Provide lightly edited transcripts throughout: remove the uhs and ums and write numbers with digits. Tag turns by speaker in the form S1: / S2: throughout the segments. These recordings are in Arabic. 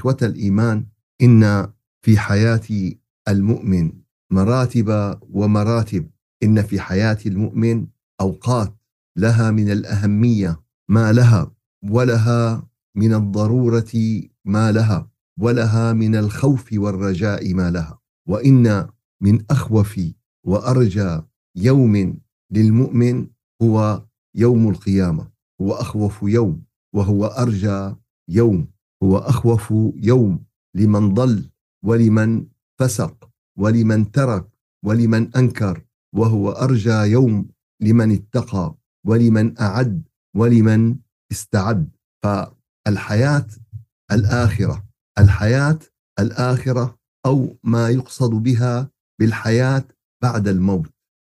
S1: إخوة الإيمان، إن في حياة المؤمن مراتب ومراتب. إن في حياة المؤمن أوقات لها من الأهمية ما لها، ولها من الضرورة ما لها، ولها من الخوف والرجاء ما لها. وإن من أخوف وأرجى يوم للمؤمن هو يوم القيامة. هو أخوف يوم، وهو أرجى يوم، هو أخوف يوم لمن ضل ولمن فسق ولمن ترك ولمن أنكر، وهو أرجى يوم لمن اتقى ولمن أعد ولمن استعد. فالحياة الآخرة، الحياة الآخرة أو ما يقصد بها بالحياة بعد الموت.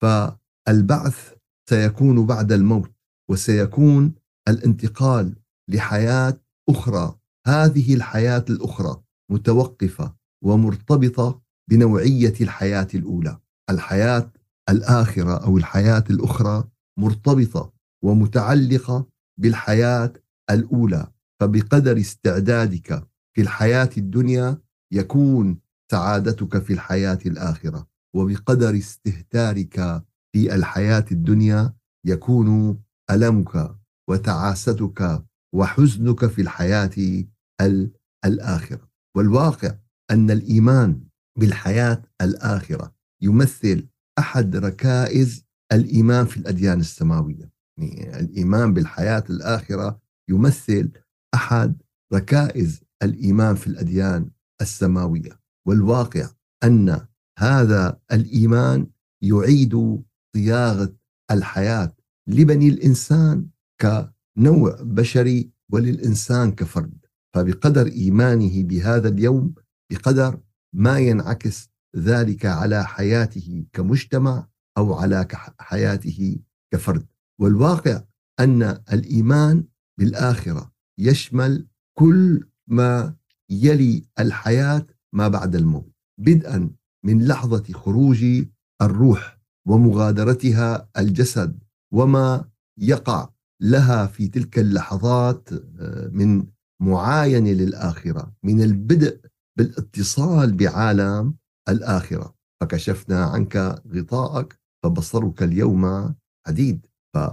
S1: فالبعث سيكون بعد الموت، وسيكون الانتقال لحياة أخرى. هذه الحياة الأخرى متوقفة ومرتبطة بنوعية الحياة الأولى. الحياة الآخرة أو الحياة الأخرى مرتبطة ومتعلقة بالحياة الأولى. فبقدر استعدادك في الحياة الدنيا يكون سعادتك في الحياة الآخرة، وبقدر استهتارك في الحياة الدنيا يكون ألمك وتعاستك وحزنك في الحياة الآخرة. والواقع أن الإيمان بالحياة الآخرة يمثل أحد ركائز الإيمان في الأديان السماوية. يعني الإيمان بالحياة الآخرة يمثل أحد ركائز الإيمان في الأديان السماوية. والواقع أن هذا الإيمان يعيد صياغة الحياة لبني الإنسان كنوع بشري وللإنسان كفرد. فبقدر إيمانه بهذا اليوم بقدر ما ينعكس ذلك على حياته كمجتمع أو على حياته كفرد. والواقع أن الإيمان بالآخرة يشمل كل ما يلي الحياة ما بعد الموت، بدءا من لحظة خروج الروح ومغادرتها الجسد، وما يقع لها في تلك اللحظات من معاينة للآخرة، من البدء بالاتصال بعالم الآخرة. فكشفنا عنك غطاءك فبصرك اليوم حديد.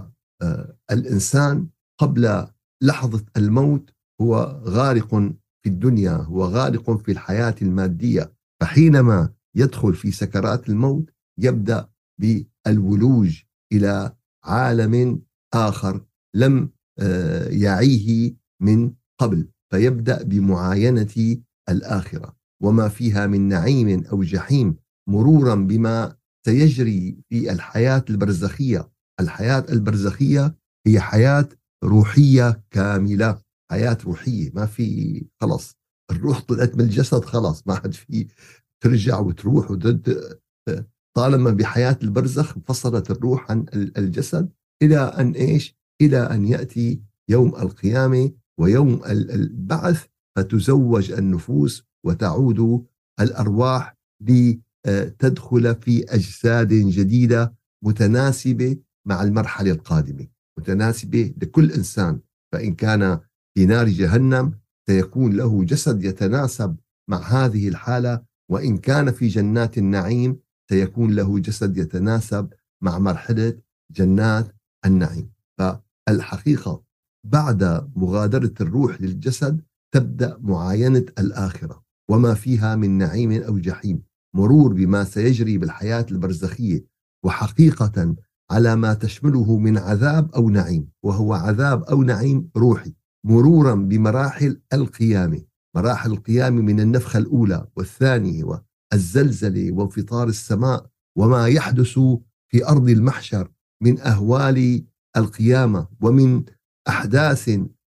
S1: فالإنسان قبل لحظة الموت هو غارق في الدنيا، هو غارق في الحياة المادية. فحينما يدخل في سكرات الموت يبدأ بالولوج إلى عالم آخر لم يعيه من قبل، فيبدأ بمعاينة الآخرة وما فيها من نعيم أو جحيم، مرورا بما سيجري في الحياة البرزخية. الحياة البرزخية هي حياة روحية كاملة، حياة روحية ما في خلص الروح طلعت من الجسد خلاص ما حد في ترجع وتروح طالما بحياة البرزخ فصلت الروح عن الجسد إلى أن إيش؟ إلى أن يأتي يوم القيامة ويوم البعث، فتزوج النفوس وتعود الأرواح لتدخل في أجساد جديدة متناسبة مع المرحلة القادمة، متناسبة لكل إنسان. فإن كان في نار جهنم سيكون له جسد يتناسب مع هذه الحالة، وإن كان في جنات النعيم سيكون له جسد يتناسب مع مرحلة جنات النعيم. فالحقيقة بعد مغادرة الروح للجسد تبدأ معاينة الآخرة وما فيها من نعيم أو جحيم، مرور بما سيجري بالحياة البرزخية، وحقيقة على ما تشمله من عذاب أو نعيم، وهو عذاب أو نعيم روحي، مرورا بمراحل القيامة. مراحل القيامة من النفخة الأولى والثانية والزلزلة وانفطار السماء، وما يحدث في أرض المحشر من أهوال القيامة ومن أحداث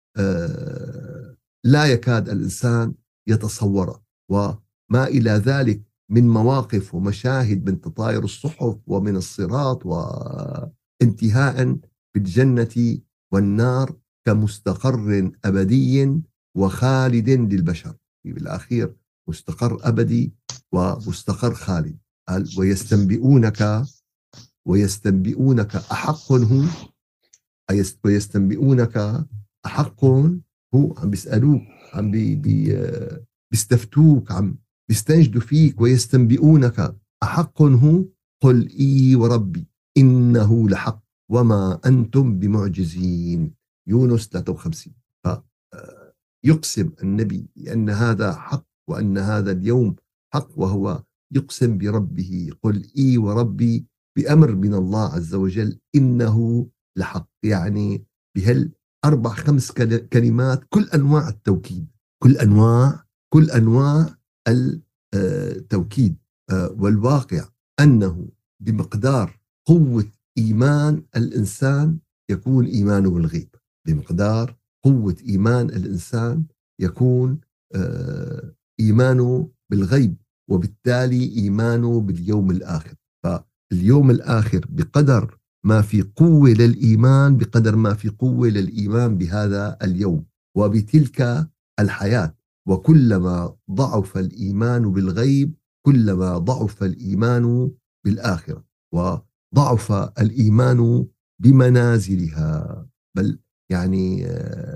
S1: لا يكاد الإنسان يتصورها، وما إلى ذلك من مواقف ومشاهد من تطاير الصحف ومن الصراط، وانتهاء بالجنة والنار كمستقر أبدي وخالد للبشر. بالأخير مستقر أبدي ومستقر خالد. ويستنبئونك أحق هو، ويستنبئونك أحق هو. عم بيسألوك، عم بيستفتوك، عم بيستنجدوا فيك ويستنبئونك أحق هو؟ قل إي وربي إنه لحق وما أنتم بمعجزين. يونس 53. يقسم النبي بأن هذا حق وأن هذا اليوم حق، وهو يقسم بربه. قل إي وربي بأمر من الله عز وجل إنه لحق، يعني بهال 4 5 كلمات كل أنواع التوكيد، كل أنواع التوكيد. والواقع أنه بمقدار قوة إيمان الإنسان يكون إيمانه بالغيب، بمقدار قوة إيمان الإنسان يكون إيمانه بالغيب، وبالتالي إيمانه باليوم الآخر. فاليوم الآخر بقدر ما في قوة للإيمان، بقدر ما في قوة للإيمان بهذا اليوم وبتلك الحياة. وكلما ضعف الإيمان بالغيب كلما ضعف الإيمان بالآخرة، وضعف الإيمان بمنازلها. بل يعني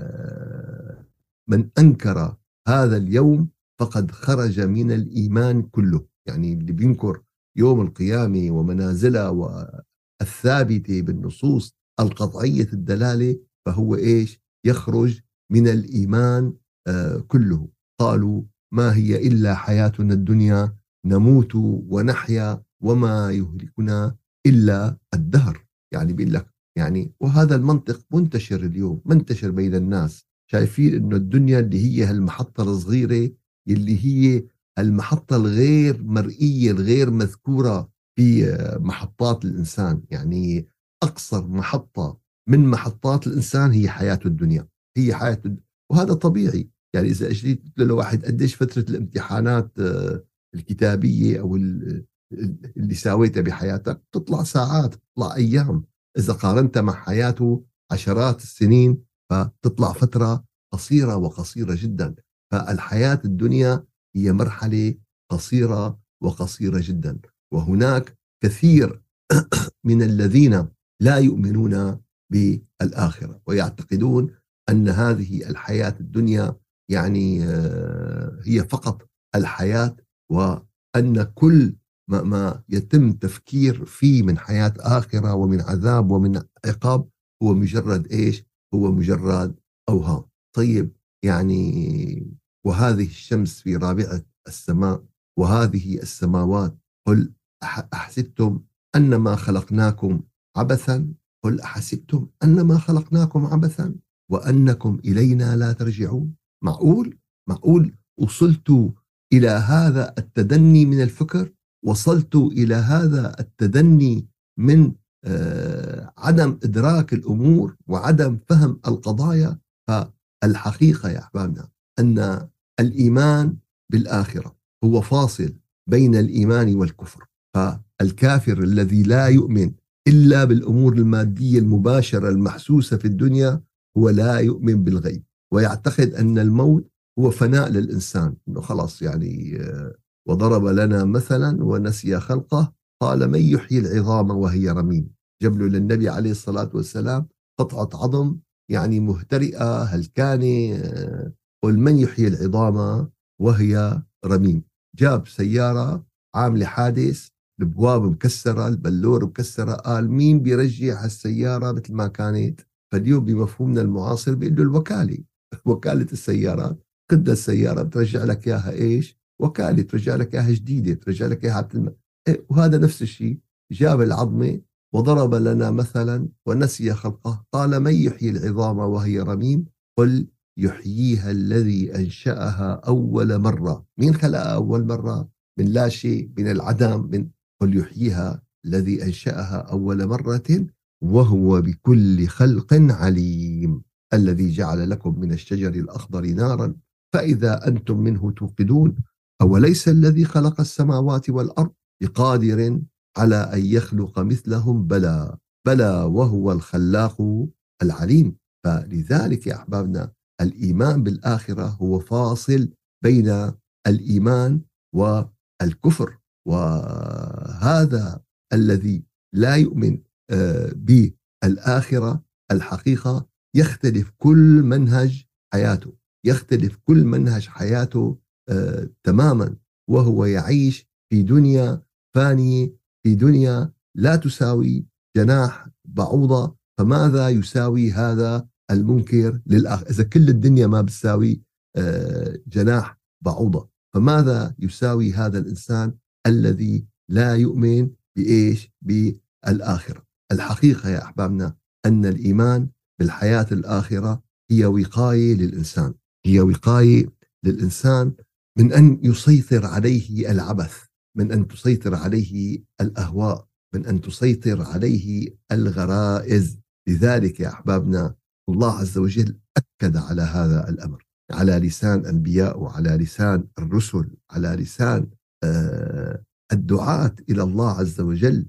S1: من أنكر هذا اليوم فقد خرج من الإيمان كله. يعني اللي بينكر يوم القيامة ومنازلها والثابتة بالنصوص القطعية الدلالة فهو إيش؟ يخرج من الإيمان كله. قالوا ما هي إلا حياتنا الدنيا نموت ونحيا وما يهلكنا إلا الدهر. يعني بيقول لك يعني، وهذا المنطق منتشر اليوم، منتشر بين الناس، شايفين انه الدنيا اللي هي هالمحطة الصغيرة، اللي هي المحطة الغير مرئية الغير مذكورة في محطات الإنسان. يعني أقصر محطة من محطات الإنسان هي حياة الدنيا، هي حياة وهذا طبيعي. يعني إذا أجريت لواحد قديش فترة الامتحانات الكتابية أو اللي ساويتها بحياتك، تطلع ساعات، تطلع أيام. إذا قارنت مع حياته عشرات السنين فتطلع فترة قصيرة وقصيرة جدا. فالحياة الدنيا هي مرحلة قصيرة وقصيرة جدا. وهناك كثير من الذين لا يؤمنون بالآخرة ويعتقدون أن هذه الحياة الدنيا يعني هي فقط الحياة، وأن كل ما يتم تفكير فيه من حياة آخرة ومن عذاب ومن عقاب هو مجرد إيش؟ هو مجرد أوهام. طيب يعني وهذه الشمس في رابعة السماء وهذه السماوات، قل أحسبتم أنما خلقناكم عبثا؟ قل أحسبتم أنما خلقناكم عبثا وأنكم إلينا لا ترجعون. معقول وصلت إلى هذا التدني من الفكر؟ وصلت إلى هذا التدني من عدم إدراك الأمور وعدم فهم القضايا؟ فالحقيقة يا أحبابنا أن الإيمان بالآخرة هو فاصل بين الإيمان والكفر. فالكافر الذي لا يؤمن إلا بالأمور المادية المباشرة المحسوسة في الدنيا هو لا يؤمن بالغيب، ويعتقد أن الموت هو فناء للإنسان، إنه خلاص يعني وضرب لنا مثلا ونسي خلقه قال من يحيي العظام وهي رميم. جاب له للنبي عليه الصلاة والسلام قطعة عظم يعني مهترئة هلكانة، قل من يحيي العظام وهي رميم. جاب سيارة عاملة حادث، البواب مكسرة، البلور مكسرة، قال مين بيرجع هالسيارة مثل ما كانت؟ فاليوم بمفهومنا المعاصر بيقول له الوكالة، وكالة السيارات، قد السيارة بترجع لك إياها إيش؟ وكالة، ترجع لك إياها جديدة، ترجع لك إياها وهذا نفس الشيء. جاب العظمة وضرب لنا مثلا ونسي خلقه قال من يحيي العظام وهي رميم قل يحييها الذي أنشأها أول مرة. مين خلقها أول مرة؟ من لا شيء، من العدم، من قل يحييها الذي أنشأها أول مرة وهو بكل خلق عليم الذي جعل لكم من الشجر الأخضر نارا فإذا أنتم منه توقدون أوليس الذي خلق السماوات والأرض بقادر على أن يخلق مثلهم بلى وهو الخلاق العليم. فلذلك يا أحبابنا الإيمان بالآخرة هو فاصل بين الإيمان والكفر. وهذا الذي لا يؤمن بالآخرة الحقيقة يختلف كل منهج حياته، يختلف كل منهج حياته تماما، وهو يعيش في دنيا فانية، في دنيا لا تساوي جناح بعوضة. فماذا يساوي هذا المنكر للآخر إذا كل الدنيا ما بتساوي جناح بعوضة؟ فماذا يساوي هذا الإنسان الذي لا يؤمن بإيش؟ بالآخرة. الحقيقة يا أحبابنا أن الإيمان بالحياة الآخرة هي وقاية للإنسان، هي وقاية للإنسان من أن يسيطر عليه العبث، من أن تسيطر عليه الأهواء، من أن تسيطر عليه الغرائز. لذلك يا أحبابنا الله عز وجل أكد على هذا الأمر على لسان أنبياء وعلى لسان الرسل، على لسان الدعاة إلى الله عز وجل.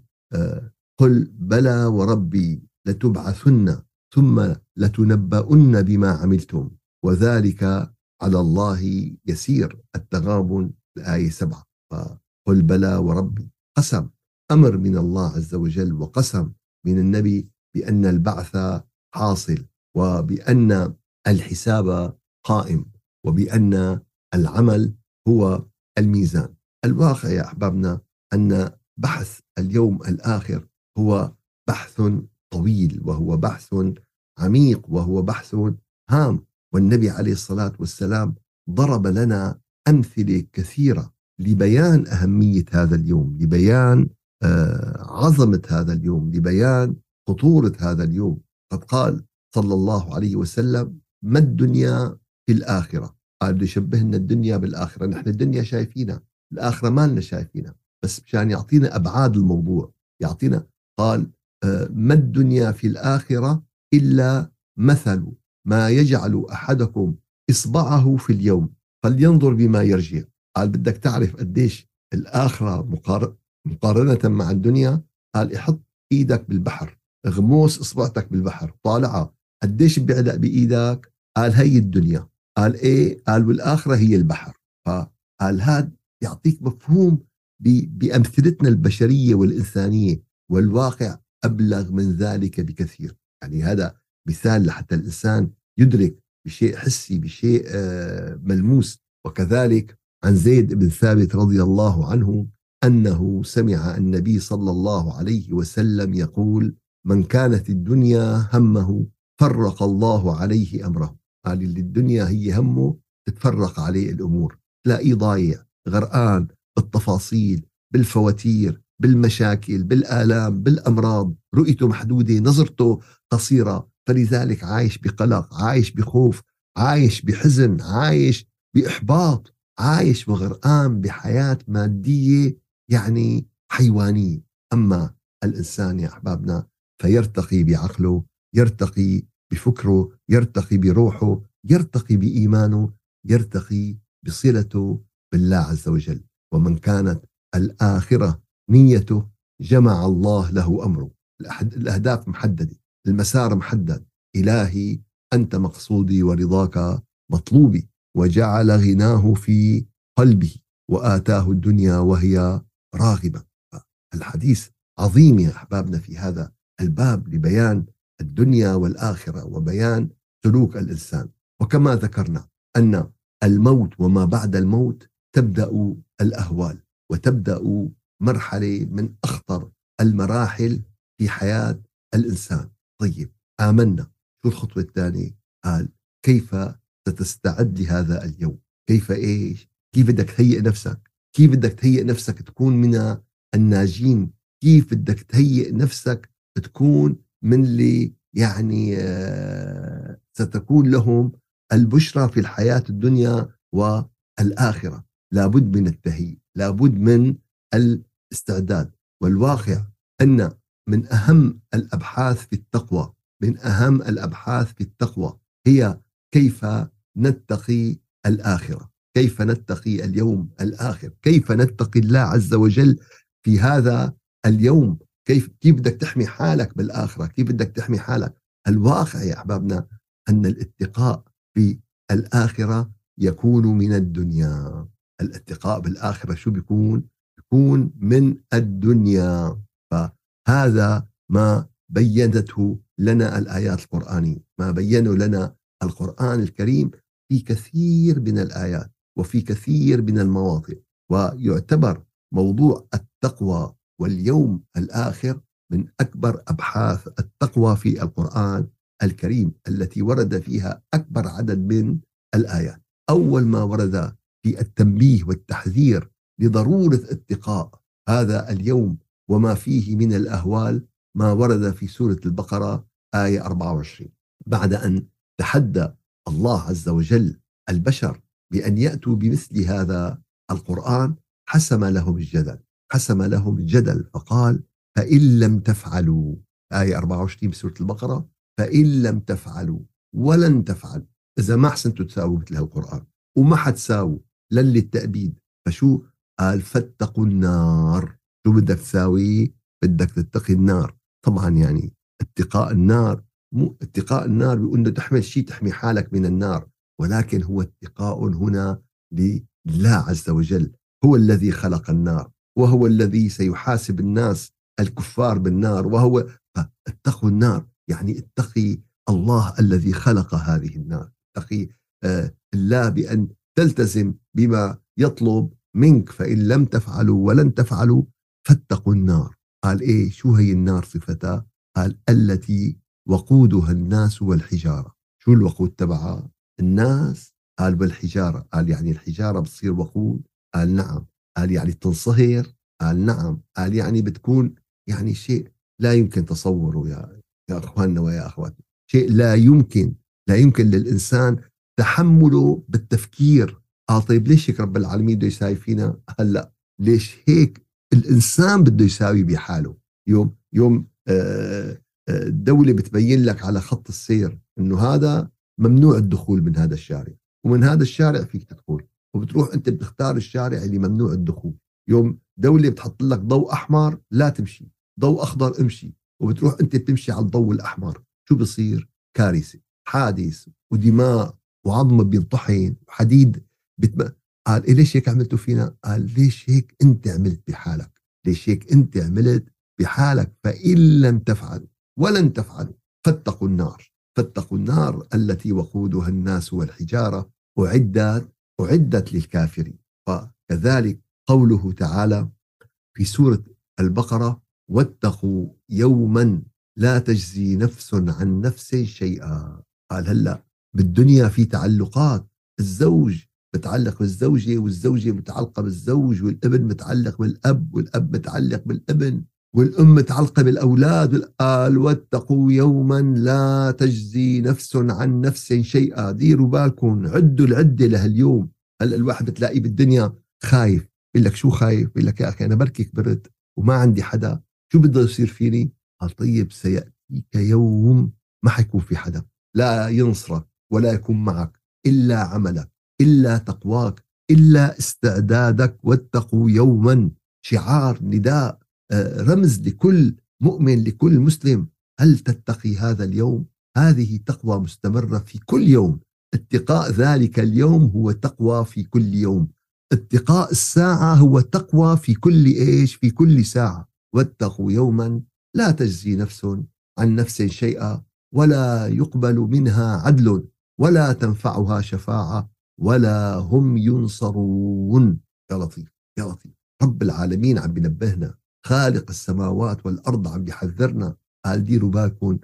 S1: قل بلى وربي لتبعثن ثم لتنبؤن بما عملتم وذلك على الله يسير. التغابن الآية 7. قل بلى وربي، قسم، أمر من الله عز وجل وقسم من النبي بأن البعث حاصل، وبأن الحساب قائم، وبأن العمل هو الميزان. الواقع يا أحبابنا أن بحث اليوم الآخر هو بحث طويل، وهو بحث عميق، وهو بحث هام. والنبي عليه الصلاة والسلام ضرب لنا أمثلة كثيرة لبيان أهمية هذا اليوم، لبيان عظمة هذا اليوم، لبيان خطورة هذا اليوم. قد قال صلى الله عليه وسلم: ما الدنيا في الآخرة؟ قال بده يشبهنا الدنيا بالآخرة. نحن الدنيا شايفينها، الآخرة ما لنا شايفينها، بس مشان يعطينا أبعاد الموضوع يعطينا. قال: ما الدنيا في الآخرة إلا مثل ما يجعل أحدكم إصبعه في اليوم فلينظر بما يرجع. قال بدك تعرف قديش الآخرة مقارنة مع الدنيا. قال احط إيدك بالبحر، غموس إصبعتك بالبحر، طالعها قديش بيعلق بإيدك. قال هي الدنيا. قال إيه؟ قال والآخرة هي البحر. فقال هذا يعطيك مفهوم بأمثلتنا البشرية والإنسانية، والواقع أبلغ من ذلك بكثير. يعني هذا مثال لحتى الإنسان يدرك بشيء حسي، بشيء ملموس. وكذلك عن زيد بن ثابت رضي الله عنه أنه سمع النبي صلى الله عليه وسلم يقول: من كانت الدنيا همه فرق الله عليه أمره. قال اللي الدنيا هي همه تتفرق عليه الأمور، تلاقيه ضايع غرقان بالتفاصيل، بالفواتير، بالمشاكل، بالآلام، بالأمراض، رؤيته محدودة، نظرته قصيرة. فلذلك عايش بقلق، عايش بخوف، عايش بحزن، عايش بإحباط، عايش وغرقان بحياة مادية يعني حيوانية. أما الإنسان يا أحبابنا فيرتقي بعقله، يرتقي بفكره، يرتقي بروحه، يرتقي بإيمانه، يرتقي بصلته بالله عز وجل. ومن كانت الآخرة نيته جمع الله له أمره. الأهداف محددة، المسار محدد. إلهي أنت مقصودي ورضاك مطلوبي، وجعل غناه في قلبه وآتاه الدنيا وهي راغبة. الحديث عظيم يا أحبابنا في هذا الباب لبيان الدنيا والآخرة وبيان سلوك الإنسان. وكما ذكرنا أن الموت وما بعد الموت تبدأ الأهوال، وتبدأ مرحلة من أخطر المراحل في حياة الإنسان. طيب آمنا، شو الخطوة الثانية؟ قال: كيف ستستعد لهذا اليوم؟ كيف إيش؟ كيف بدك تهيئ نفسك؟ كيف بدك تهيئ نفسك تكون من الناجين؟ كيف بدك تهيئ نفسك تكون من اللي يعني ستكون لهم البشرى في الحياة الدنيا والآخرة؟ لابد من التهيئ، لابد من الاستعداد. والواقع أن من أهم الأبحاث في التقوى، من أهم الأبحاث في التقوى هي كيف نتقي الآخرة، كيف نتقي اليوم الآخر، كيف نتقي الله عز وجل في هذا اليوم. كيف بدك تحمي حالك بالآخرة، كيف بدك تحمي حالك. الواقع يا أحبابنا أن الاتقاء في الآخرة يكون من الدنيا. الاتقاء بالآخرة شو بيكون؟ بيكون من الدنيا. فهذا ما بينته لنا الآيات القرآنية، ما بينه لنا القرآن الكريم في كثير من الآيات. وفي كثير من المواطن. ويعتبر موضوع التقوى واليوم الآخر من أكبر أبحاث التقوى في القرآن الكريم التي ورد فيها أكبر عدد من الآيات. أول ما ورد في التنبيه والتحذير لضرورة اتقاء هذا اليوم وما فيه من الأهوال ما ورد في سورة البقرة آية 24، بعد أن تحدى الله عز وجل البشر بأن يأتوا بمثل هذا القرآن حسم لهم الجدل فقال: فإن لم تفعلوا، آية 24 بسورة البقرة، فإن لم تفعلوا ولن تفعلوا، إذا ما حسنتوا تساووا مثل القرآن وما حتساووا للتأبيد، فشو قال؟ فاتقوا النار. شو بدك تساوي؟ بدك تتقي النار. طبعا يعني اتقاء النار، مو اتقاء النار بأنه تحمل شيء تحمي حالك من النار، ولكن هو اتقاء هنا لله عز وجل، هو الذي خلق النار وهو الذي سيحاسب الناس الكفار بالنار، وهو اتقوا النار يعني اتقي الله الذي خلق هذه النار، اتقي الله بأن تلتزم بما يطلب منك. فإن لم تفعلوا ولن تفعلوا فاتقوا النار. قال إيه؟ شو هي النار صفتها؟ قال: التي وقودها الناس والحجارة. شو الوقود تبعها؟ الناس. قال: والحجارة. قال: يعني الحجارة بتصير وقود؟ قال: نعم. قال: يعني تنصهر؟ قال: نعم. قال: يعني بتكون يعني شيء لا يمكن تصوره يا أخواننا ويا أخواتنا، شيء لا يمكن للإنسان تحمله بالتفكير. قال: طيب ليش هيك رب العالمين بده يساوي فينا؟ هلا ليش هيك الإنسان بده يساوي بحاله؟ يوم الدولة بتبين لك على خط السير إنه هذا ممنوع الدخول من هذا الشارع، ومن هذا الشارع فيك تدخل، وبتروح أنت بتختار الشارع اللي ممنوع الدخول. يوم دولة بتحط لك ضوء أحمر لا تمشي، ضوء أخضر امشي، وبتروح أنت بتمشي على الضوء الأحمر، شو بصير؟ كارثة، حادث ودماء وعظم بينطحن وحديد قال: إيه ليش هيك عملتوا فينا؟ قال: ليش هيك أنت عملت بحالك؟ ليش هيك أنت عملت بحالك؟ فإن لم تفعلوا ولن تفعلوا فاتقوا النار التي وقودها الناس والحجارة أعدت للكافرين. وكذلك قوله تعالى في سورة البقرة: واتقوا يوما لا تجزي نفس عن نفس شيئا. قال: هلأ بالدنيا في تعلقات، الزوج متعلق بالزوجة، والزوجة متعلقة بالزوج، والابن متعلق بالأب، والأب متعلق بالابن، والأم متعلقة بالأولاد. قال: واتقوا يوما لا تجزي نفس عن نفس شيئا. ديروا بالكم، عدوا العدة لهاليوم. هلا الواحد بتلاقيه بالدنيا خايف، يقول لك: شو خايف؟ يقول لك: يا أخي أنا بركي كبرت وما عندي حدا، شو بده يصير فيني؟ قال: طيب سيأتيك يوم ما حيكون في حدا لا ينصرك ولا يكون معك إلا عملك، إلا تقواك، إلا استعدادك. واتقوا يوما، شعار، نداء، رمز لكل مؤمن، لكل مسلم. هل تتقي هذا اليوم؟ هذه تقوى مستمرة في كل يوم. اتقاء ذلك اليوم هو تقوى في كل يوم. اتقاء الساعة هو تقوى في كل إيش؟ في كل ساعة. واتقوا يوما لا تجزي نفس عن نفس شيئا ولا يقبل منها عدل ولا تنفعها شفاعة ولا هم ينصرون. يا لطيف يا لطيف، رب العالمين عم بنبهنا، خالق السماوات والأرض عم بيحذرنا. قال: ديروا بالكم،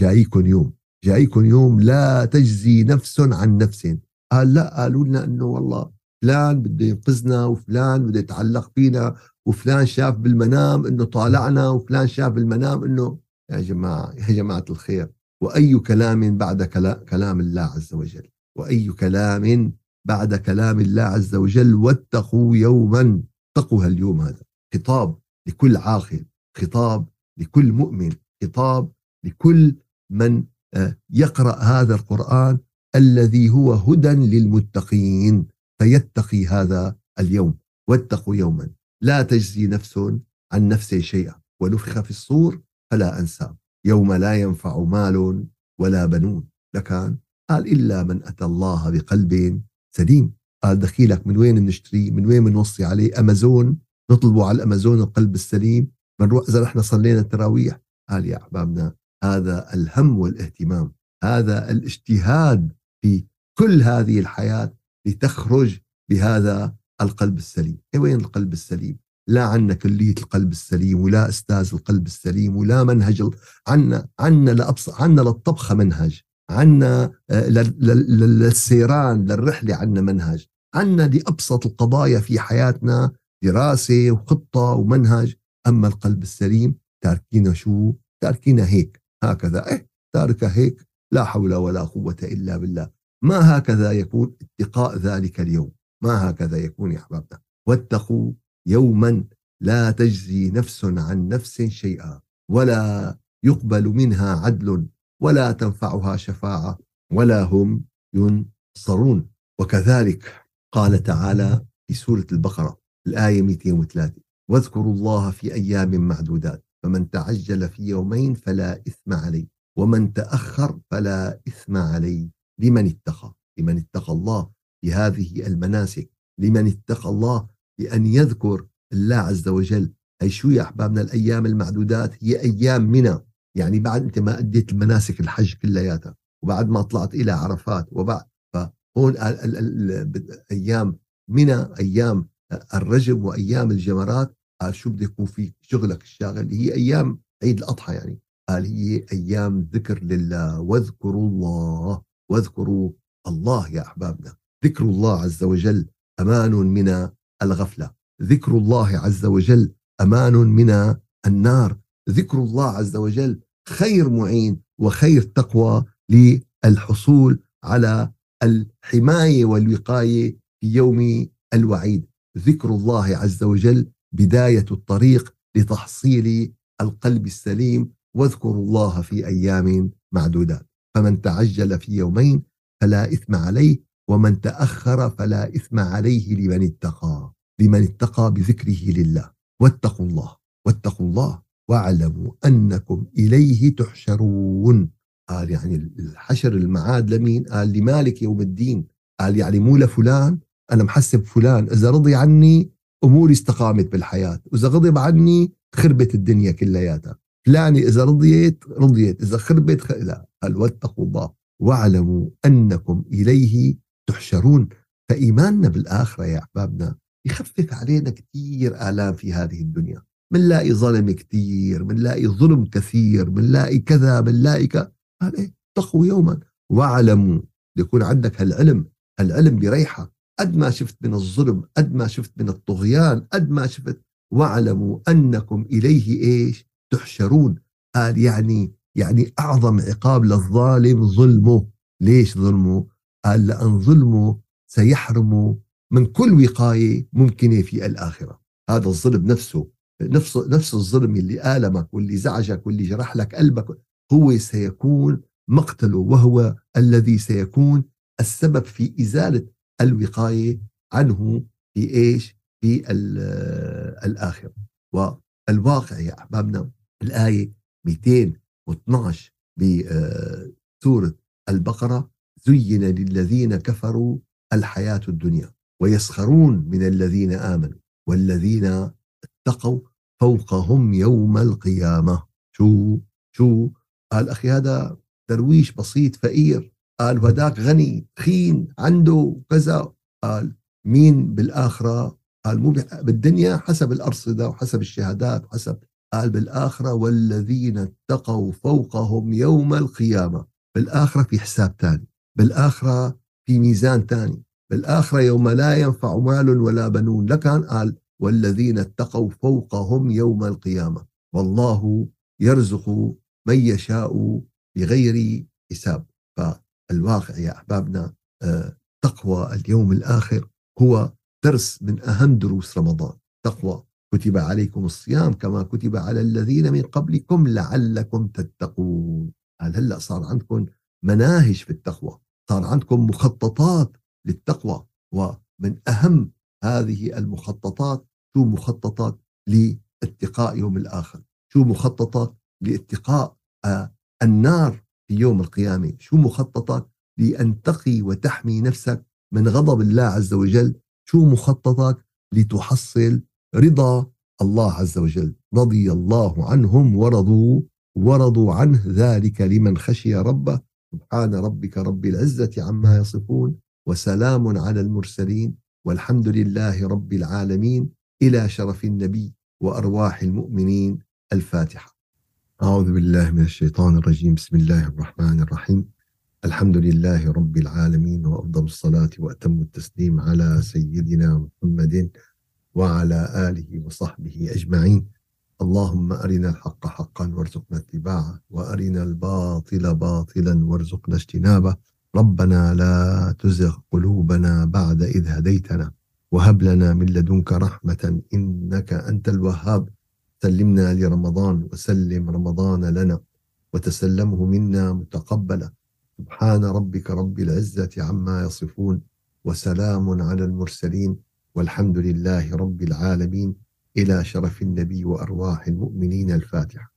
S1: جايكم يوم لا تجزي نفس عن نفس. قال: لا، قالوا لنا انه والله فلان بده ينقذنا، وفلان بده يتعلق فينا، وفلان شاف بالمنام انه طالعنا، وفلان شاف بالمنام انه. يا جماعة الخير، وأي كلام بعد كلام الله عز وجل؟ وأي كلام بعد كلام الله عز وجل؟ واتقوا يوما. اتقوا هاليوم هذا خطاب لكل عاقل، خطاب لكل مؤمن، خطاب لكل من يقرأ هذا القرآن الذي هو هدى للمتقين، فيتقي هذا اليوم. واتقوا يوما لا تجزي نفس عن نفس شيئا ونفخ في الصور فلا أنساب يوم لا ينفع مال ولا بنون. لكان قال: إلا من أتى الله بقلب سليم. قال: دخيلك من وين نشتري؟ من وين بنوصي عليه؟ أمازون، نطلبوا على الأمازون القلب السليم، بنروح إذا رحنا صلينا التراويح. قال: يا أحبابنا، هذا الهم والاهتمام، هذا الاجتهاد في كل هذه الحياة لتخرج بهذا القلب السليم. وين القلب السليم؟ لا عنا كلية القلب السليم، ولا أستاذ القلب السليم، ولا منهج عنا للطبخة منهج، عنا للسيران للرحلة عنا منهج، عنا لأبسط القضايا في حياتنا دراسة وخطة ومنهج. أما القلب السليم تاركينا شو؟ تاركينا هيك هكذا، تاركه هيك، لا حول ولا قوة إلا بالله. ما هكذا يكون اتقاء ذلك اليوم، ما هكذا يكون يا أحبابنا. واتقوا يوما لا تجزي نفس عن نفس شيئا، ولا يقبل منها عدل، ولا تنفعها شفاعة، ولا هم ينصرون. وكذلك قال تعالى في سورة البقرة الآية 203: واذكروا الله في أيام معدودات، فمن تعجل في يومين فلا إثم عليه، ومن تأخر فلا إثم عليه، لمن اتقى. لمن اتقى الله في هذه المناسك، لمن اتقى الله بأن يذكر الله عز وجل. أي شو يا أحبابنا الأيام المعدودات؟ هي أيام منى، يعني بعد أنت ما أديت المناسك الحج كلياتها، وبعد ما طلعت إلى عرفات، وبعد فهون أيام منى، أيام الرجم وأيام الجمرات. قال شو بده يكون في شغلك الشاغل؟ هي أيام عيد الأضحى، يعني قال هي أيام ذكر لله. واذكروا الله، واذكروا الله يا أحبابنا. ذكر الله عز وجل أمان من الغفلة، ذكر الله عز وجل أمان من النار، ذكر الله عز وجل خير معين وخير تقوى للحصول على الحماية والوقاية في يوم الوعيد. ذكر الله عز وجل بداية الطريق لتحصيل القلب السليم. واذكروا الله في أيام معدودات، فمن تعجل في يومين فلا إثم عليه، ومن تأخر فلا إثم عليه، لمن اتقى. لمن اتقى بذكره لله. واتقوا الله، واتقوا الله واعلموا أنكم إليه تحشرون. قال يعني الحشر المعاد لمين؟ قال لمالك يوم الدين. قال يعني مو لفلان، أنا محسب فلان إذا رضي عني أموري استقامت بالحياة، وإذا غضب عني خربت الدنيا كلياتها، فلاني إذا رضيت، إذا خربت لا. قال واتقوا الله واعلموا أنكم إليه تحشرون. فإيماننا بالآخرة يا أحبابنا يخفف علينا كثير آلام في هذه الدنيا. منلاقي ظلم كثير، منلاقي ظلم كثير، منلاقي كذا، منلاقي كذا. قال إيه؟ اتقوا يوما واعلموا. يكون عندك هالعلم، العلم بريحة. قد ما شفت من الظلم، قد ما شفت من الطغيان، قد ما شفت، واعلموا أنكم إليه إيش؟ تحشرون. قال يعني أعظم عقاب للظالم ظلمه. ليش ظلمه؟ قال لأن ظلمه سيحرمه من كل وقاية ممكنة في الآخرة. هذا الظلم نفس الظلم اللي آلمك واللي زعجك واللي جرح لك قلبك، هو سيكون مقتله، وهو الذي سيكون السبب في إزالة الوقاية عنه في إيش؟ في الآخرة. والواقع يا أحبابنا الآية 212 بسورة البقرة: زين للذين كفروا الحياة الدنيا ويسخرون من الذين آمنوا والذين اتقوا فوقهم يوم القيامة. شو قال أخي؟ هذا درويش بسيط فقير. قال وهداك غني تخين عنده كذا. قال مين بالآخرة؟ قال مو بالدنيا حسب الأرصدة وحسب الشهادات وحسب. قال بالآخرة والذين اتقوا فوقهم يوم القيامة. بالآخرة في حساب تاني، بالآخرة في ميزان تاني، بالآخرة يوم لا ينفع مال ولا بنون. لكن قال والذين اتقوا فوقهم يوم القيامة، والله يرزق من يشاء بغير حساب. فالواقع يا أحبابنا تقوى اليوم الآخر هو درس من أهم دروس رمضان. تقوى كتب عليكم الصيام كما كتب على الذين من قبلكم لعلكم تتقون. هلأ صار عندكم مناهج في التقوى، صار عندكم مخططات للتقوى. ومن أهم هذه المخططات شو؟ مخططات لاتقاء يوم الآخر. شو مخططات لاتقاء النار في يوم القيامة؟ شو مخططات لأن تقي وتحمي نفسك من غضب الله عز وجل؟ شو مخططات لتحصل رضا الله عز وجل؟ رضي الله عنهم ورضوا عنه، ذلك لمن خشي ربه. سبحان ربك رب العزة عما يصفون، وسلام على المرسلين، والحمد لله رب العالمين إلى شرف النبي وأرواح المؤمنين. الفاتحة. أعوذ بالله من الشيطان الرجيم. بسم الله الرحمن الرحيم. الحمد لله رب العالمين، وأفضل الصلاة وأتم التسليم على سيدنا محمد وعلى آله وصحبه أجمعين. اللهم أرنا الحق حقا وارزقنا اتباعه، وأرنا الباطل باطلا وارزقنا اجتنابه. ربنا لا تزغ قلوبنا بعد إذ هديتنا، وهب لنا من لدنك رحمة إنك أنت الوهاب. سلمنا لرمضان وسلم رمضان لنا، وتسلمه منا متقبلا. سبحان ربك رب العزة عما يصفون، وسلام على المرسلين، والحمد لله رب العالمين. إلى شرف النبي وأرواح المؤمنين. الفاتحة.